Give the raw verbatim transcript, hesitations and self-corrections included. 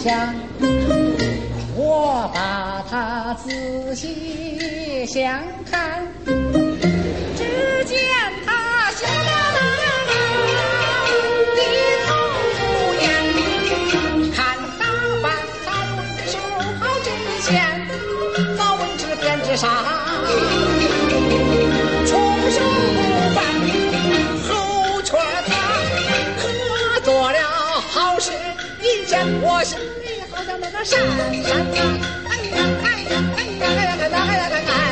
想，我把他仔细详看，只见他笑了低头不言，看打扮他论手好针线，早闻之编织上，从手不犯后圈他可做了好事，一见我心里好像那个闪闪啊，哎呀哎呀哎呀哎呀哎呀哎呀哎呀。